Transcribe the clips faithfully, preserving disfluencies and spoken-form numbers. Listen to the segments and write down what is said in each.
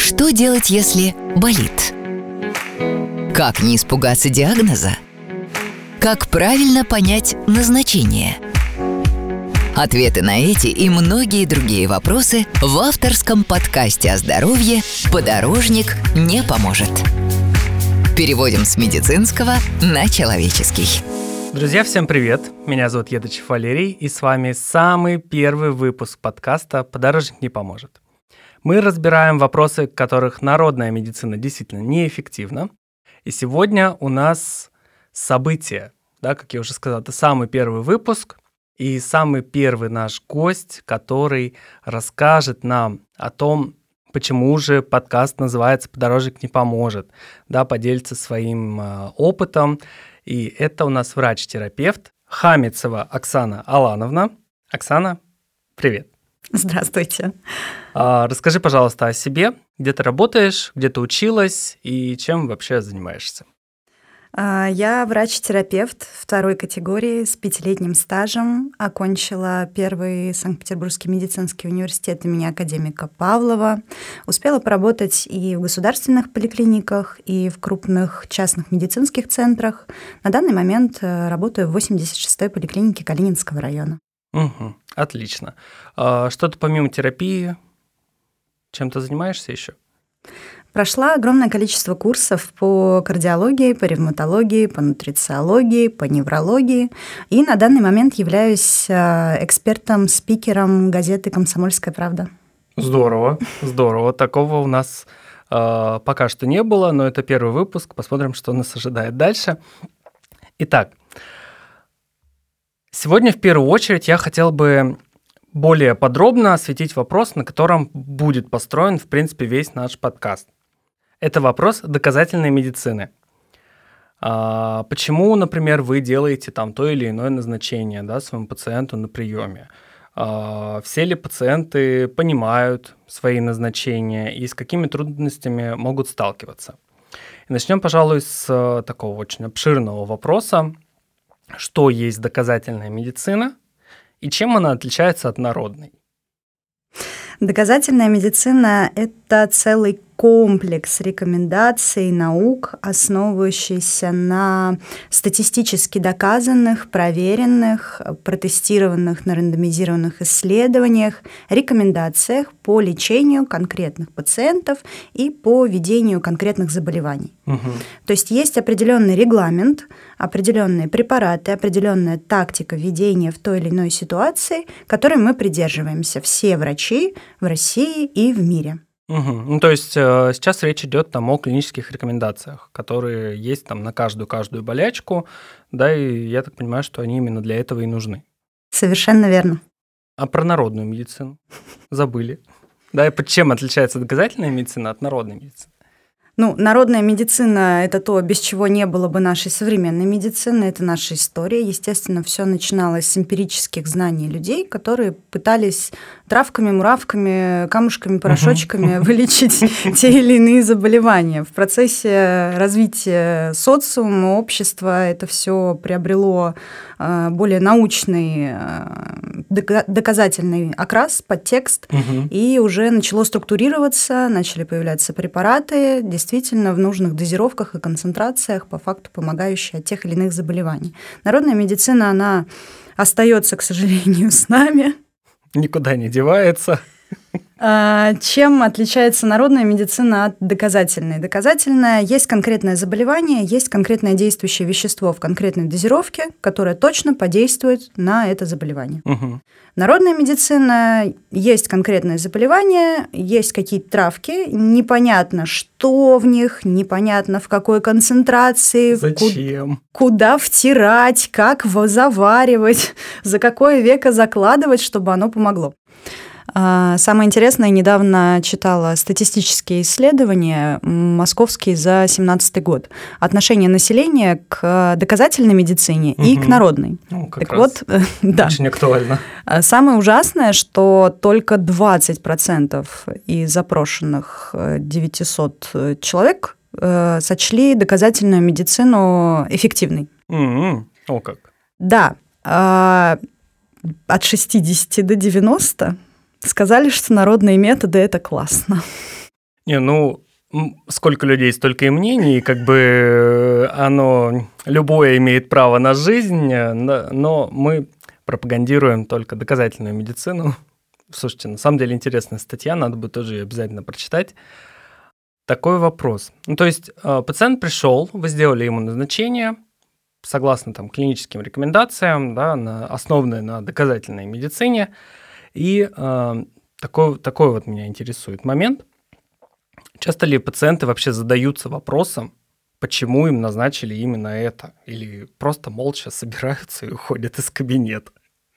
Что делать, если болит? Как не испугаться диагноза? Как правильно понять назначение? Ответы на эти и многие другие вопросы в авторском подкасте о здоровье «Подорожник не поможет». Переводим с медицинского на человеческий. Друзья, всем привет! Меня зовут Едочев Валерий, и с вами самый первый выпуск подкаста «Подорожник не поможет». Мы разбираем вопросы, в которых народная медицина действительно неэффективна. И сегодня у нас событие, да, как я уже сказал, это самый первый выпуск и самый первый наш гость, который расскажет нам о том, почему же подкаст называется «Подорожник не поможет», да, поделится своим э, опытом. И это у нас врач-терапевт Хамицева Оксана Алановна. Оксана, привет. Здравствуйте. А, расскажи, пожалуйста, о себе. Где ты работаешь, где ты училась и чем вообще занимаешься? Я врач-терапевт второй категории с пятилетним стажем. Окончила первый Санкт-Петербургский медицинский университет имени академика Павлова. Успела поработать и в государственных поликлиниках, и в крупных частных медицинских центрах. На данный момент работаю в восемьдесят шестой поликлинике Калининского района. Угу, отлично. А что-то помимо терапии, чем ты занимаешься еще? Прошла огромное количество курсов по кардиологии, по ревматологии, по нутрициологии, по неврологии. И на данный момент являюсь экспертом, спикером газеты «Комсомольская правда». Здорово, здорово. Такого у нас э, пока что не было, но это первый выпуск. Посмотрим, что нас ожидает дальше. Итак, сегодня в первую очередь я хотел бы более подробно осветить вопрос, на котором будет построен, в принципе, весь наш подкаст. Это вопрос доказательной медицины. А, почему, например, вы делаете там то или иное назначение, да, своему пациенту на приеме? А, все ли пациенты понимают свои назначения и с какими трудностями могут сталкиваться? И начнем, пожалуй, с такого очень обширного вопроса. Что есть доказательная медицина и чем она отличается от народной? Доказательная медицина – это целый комплекс рекомендаций, наук, основывающийся на статистически доказанных, проверенных, протестированных на рандомизированных исследованиях, рекомендациях по лечению конкретных пациентов и по ведению конкретных заболеваний. Угу. То есть есть определенный регламент, определенные препараты, определенная тактика ведения в той или иной ситуации, которой мы придерживаемся все врачи в России и в мире. Угу. Ну, то есть э, сейчас речь идет там о клинических рекомендациях, которые есть там на каждую-каждую болячку, да, и я так понимаю, что они именно для этого и нужны. Совершенно верно. А про народную медицину забыли. Да, и чем отличается доказательная медицина от народной медицины? Ну, народная медицина – это то, без чего не было бы нашей современной медицины, это наша история. Естественно, все начиналось с эмпирических знаний людей, которые пытались травками, муравками, камушками, порошочками uh-huh. вылечить те или иные заболевания. В процессе развития социума, общества это все приобрело более научный, доказательный окрас, подтекст, uh-huh. и уже начало структурироваться, начали появляться препараты, действительно в нужных дозировках и концентрациях, по факту помогающие от тех или иных заболеваний. Народная медицина, она остается, к сожалению, с нами. Никуда не девается. Чем отличается народная медицина от доказательной? Доказательная – есть конкретное заболевание, есть конкретное действующее вещество в конкретной дозировке, которое точно подействует на это заболевание. Угу. Народная медицина – есть конкретное заболевание, есть какие-то травки, непонятно, что в них, непонятно, в какой концентрации, зачем, ку- куда втирать, как заваривать, за какое веко закладывать, чтобы оно помогло. Самое интересное, недавно читала статистические исследования московские за две тысячи семнадцатый год. Отношение населения к доказательной медицине угу. и к народной. Ну, как так раз вот, да. Очень актуально. Самое ужасное, что только двадцать процентов из запрошенных девятисот человек сочли доказательную медицину эффективной. Mm-hmm. О, как. Да. От шестидесяти до девяноста сказали, что народные методы – это классно. Не, ну, сколько людей, столько и мнений, как бы оно, любое имеет право на жизнь, но мы пропагандируем только доказательную медицину. Слушайте, на самом деле интересная статья, надо бы тоже ее обязательно прочитать. Такой вопрос. Ну, то есть пациент пришел, вы сделали ему назначение, согласно там клиническим рекомендациям, да, на, основанные на доказательной медицине, и э, такой, такой вот меня интересует момент. Часто ли пациенты вообще задаются вопросом, почему им назначили именно это, или просто молча собираются и уходят из кабинета?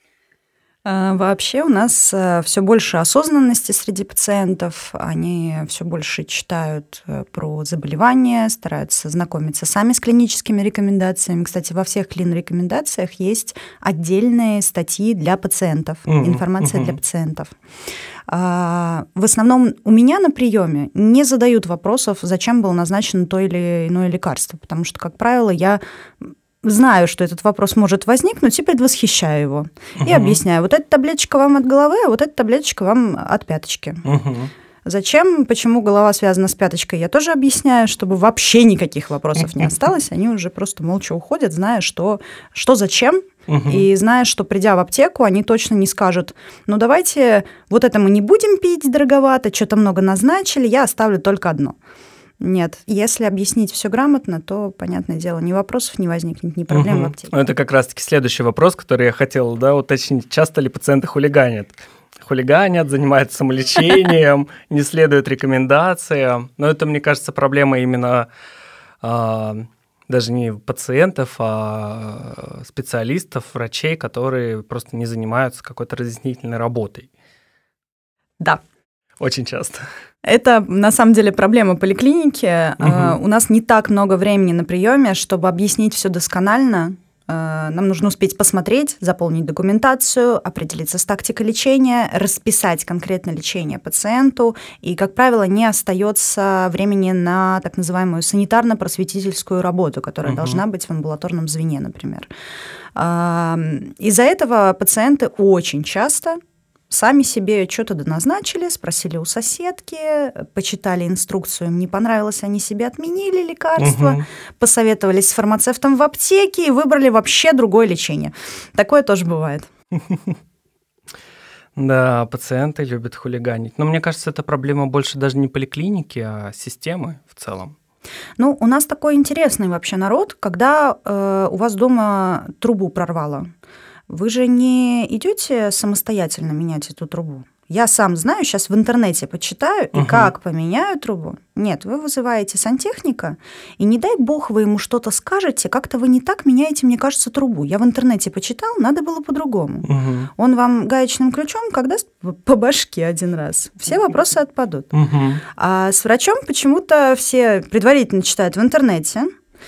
Вообще у нас все больше осознанности среди пациентов, они все больше читают про заболевания, стараются знакомиться сами с клиническими рекомендациями. Кстати, во всех клин-рекомендациях есть отдельные статьи для пациентов, mm-hmm. информация mm-hmm. для пациентов. В основном у меня на приеме не задают вопросов, зачем было назначено то или иное лекарство, потому что, как правило, я знаю, что этот вопрос может возникнуть, и предвосхищаю его. Uh-huh. И объясняю, вот эта таблеточка вам от головы, а вот эта таблеточка вам от пяточки. Uh-huh. Зачем, почему голова связана с пяточкой, я тоже объясняю, чтобы вообще никаких вопросов не осталось. Они уже просто молча уходят, зная, что, что зачем, uh-huh. и зная, что, придя в аптеку, они точно не скажут, ну, давайте вот это мы не будем пить дороговато, что-то много назначили, я оставлю только одно. Нет, если объяснить все грамотно, то, понятное дело, ни вопросов не возникнет, ни проблем угу. в аптеке. Это как раз-таки следующий вопрос, который я хотел, да, уточнить. Часто ли пациенты хулиганят? Хулиганят, занимаются самолечением, не следуют рекомендациям. Но это, мне кажется, проблема именно а, даже не пациентов, а специалистов, врачей, которые просто не занимаются какой-то разъяснительной работой. Да. Очень часто. Это, на самом деле, проблема поликлиники. Угу. Uh, у нас не так много времени на приеме, чтобы объяснить все досконально. Uh, нам нужно успеть посмотреть, заполнить документацию, определиться с тактикой лечения, расписать конкретное лечение пациенту. И, как правило, не остается времени на так называемую санитарно-просветительскую работу, которая угу. должна быть в амбулаторном звене, например. Uh, из-за этого пациенты очень часто сами себе что-то доназначили, спросили у соседки, почитали инструкцию, им не понравилось, они себе отменили лекарство, угу. посоветовались с фармацевтом в аптеке и выбрали вообще другое лечение. Такое тоже бывает. Да, пациенты любят хулиганить. Но мне кажется, это проблема больше даже не поликлиники, а системы в целом. Ну, у нас такой интересный вообще народ, когда э, у вас дома трубу прорвало. Вы же не идете самостоятельно менять эту трубу. Я сам знаю, сейчас в интернете почитаю, и uh-huh. как поменяю трубу. Нет, вы вызываете сантехника, и не дай бог вы ему что-то скажете, как-то вы не так меняете, мне кажется, трубу. Я в интернете почитал, надо было по-другому. Uh-huh. Он вам гаечным ключом когда по башке один раз. Все вопросы отпадут. Uh-huh. А с врачом почему-то все предварительно читают в интернете,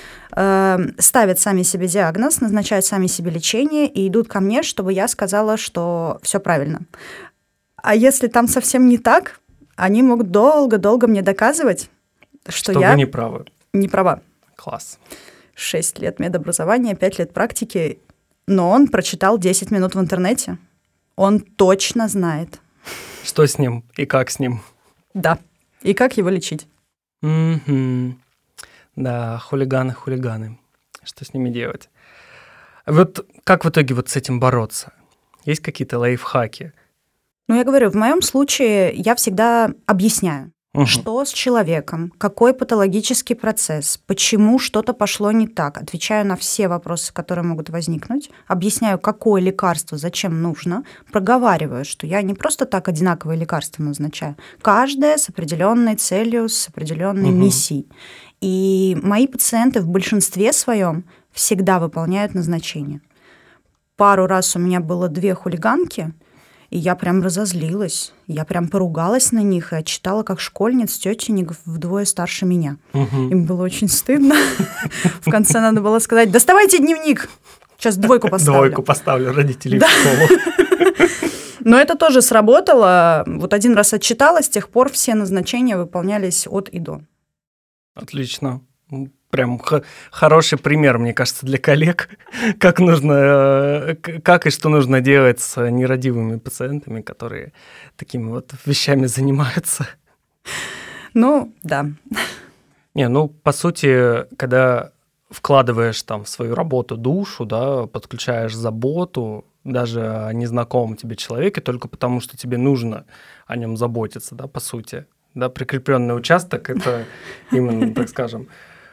ставят сами себе диагноз, назначают сами себе лечение и идут ко мне, чтобы я сказала, что все правильно. А если там совсем не так, они могут долго-долго мне доказывать, что, что я вы не правы. Не права. Класс. Шесть лет медобразования, пять лет практики, но он прочитал десять минут в интернете. Он точно знает. Что с ним и как с ним. Да, и как его лечить. Mm-hmm. Да, хулиганы, хулиганы. Что с ними делать? Вот как в итоге вот с этим бороться? Есть какие-то лайфхаки? Ну, я говорю, в моем случае я всегда объясняю, угу. что с человеком, какой патологический процесс, почему что-то пошло не так. Отвечаю на все вопросы, которые могут возникнуть, объясняю, какое лекарство, зачем нужно, проговариваю, что я не просто так одинаковые лекарства назначаю, каждое с определенной целью, с определенной угу. миссией. И мои пациенты в большинстве своем всегда выполняют назначение. Пару раз у меня было две хулиганки, и я прям разозлилась. Я прям поругалась на них и отчитала как школьниц тетенек вдвое старше меня. Угу. Им было очень стыдно. В конце надо было сказать: доставайте дневник, сейчас двойку поставлю. Двойку поставлю родителей в школу. Но это тоже сработало. Вот один раз отчитала, с тех пор все назначения выполнялись от и до. Отлично. Прям х- хороший пример, мне кажется, для коллег, как нужно, как и что нужно делать с нерадивыми пациентами, которые такими вот вещами занимаются. Ну, да. Не, ну, по сути, когда вкладываешь там в свою работу душу, да, подключаешь заботу даже о незнакомом тебе человеке только потому, что тебе нужно о нем заботиться, да, по сути. Да, прикрепленный участок – это именно, так скажем,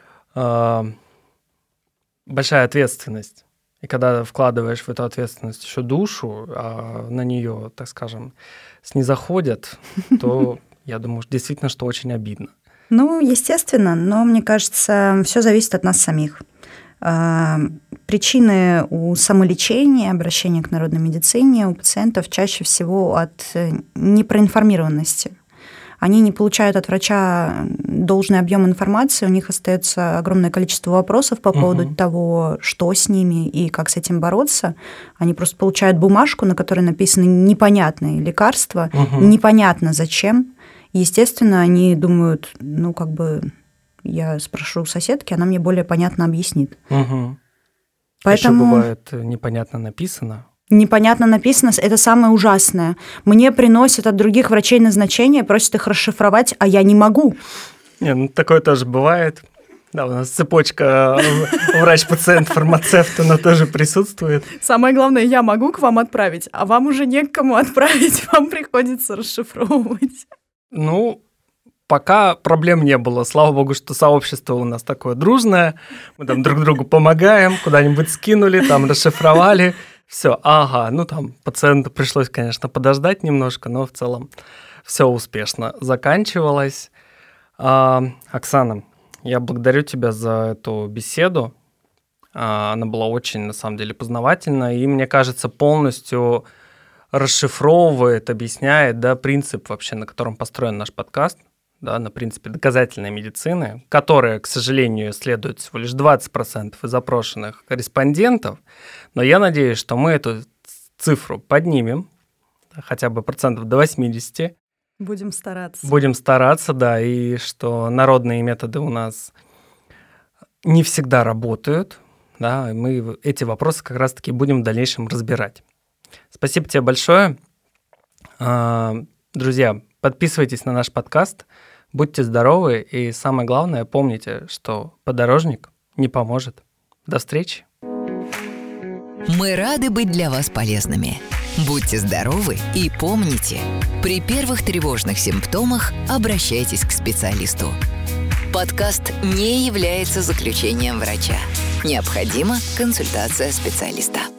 большая ответственность. И когда вкладываешь в эту ответственность еще душу, а на нее, так скажем, снизоходят, то я думаю, действительно, что очень обидно. Ну, естественно, но мне кажется, все зависит от нас самих. Причины у самолечения, обращения к народной медицине у пациентов чаще всего от непроинформированности. Они не получают от врача должный объем информации, у них остается огромное количество вопросов по поводу угу. того, что с ними и как с этим бороться. Они просто получают бумажку, на которой написаны непонятные лекарства, угу. непонятно зачем. Естественно, они думают, ну, как бы, я спрошу у соседки, она мне более понятно объяснит. Угу. Поэтому... Еще бывает непонятно написано. Непонятно написано, это самое ужасное. Мне приносят от других врачей назначения, просят их расшифровать, а я не могу. Не, ну, такое тоже бывает. Да, у нас цепочка врач-пациент-фармацевт, она тоже присутствует. Самое главное, я могу к вам отправить, а вам уже не к кому отправить, вам приходится расшифровывать. Ну, пока проблем не было. Слава богу, что сообщество у нас такое дружное. Мы там друг другу помогаем, куда-нибудь скинули, там расшифровали. Все, ага, ну там пациенту пришлось, конечно, подождать немножко, но в целом все успешно заканчивалось. А, Оксана, я благодарю тебя за эту беседу. А, она была очень, на самом деле, познавательна, и, мне кажется, полностью расшифровывает, объясняет, да, принцип вообще, на котором построен наш подкаст, да, на принципе доказательной медицины, которая, к сожалению, исследует всего лишь двадцать процентов из опрошенных респондентов, но я надеюсь, что мы эту цифру поднимем, хотя бы процентов до восемьдесят. Будем стараться. Будем стараться, да, и что народные методы у нас не всегда работают, да, и мы эти вопросы как раз-таки будем в дальнейшем разбирать. Спасибо тебе большое. Друзья, подписывайтесь на наш подкаст, будьте здоровы и, самое главное, помните, что подорожник не поможет. До встречи. Мы рады быть для вас полезными. Будьте здоровы и помните, при первых тревожных симптомах обращайтесь к специалисту. Подкаст не является заключением врача. Необходима консультация специалиста.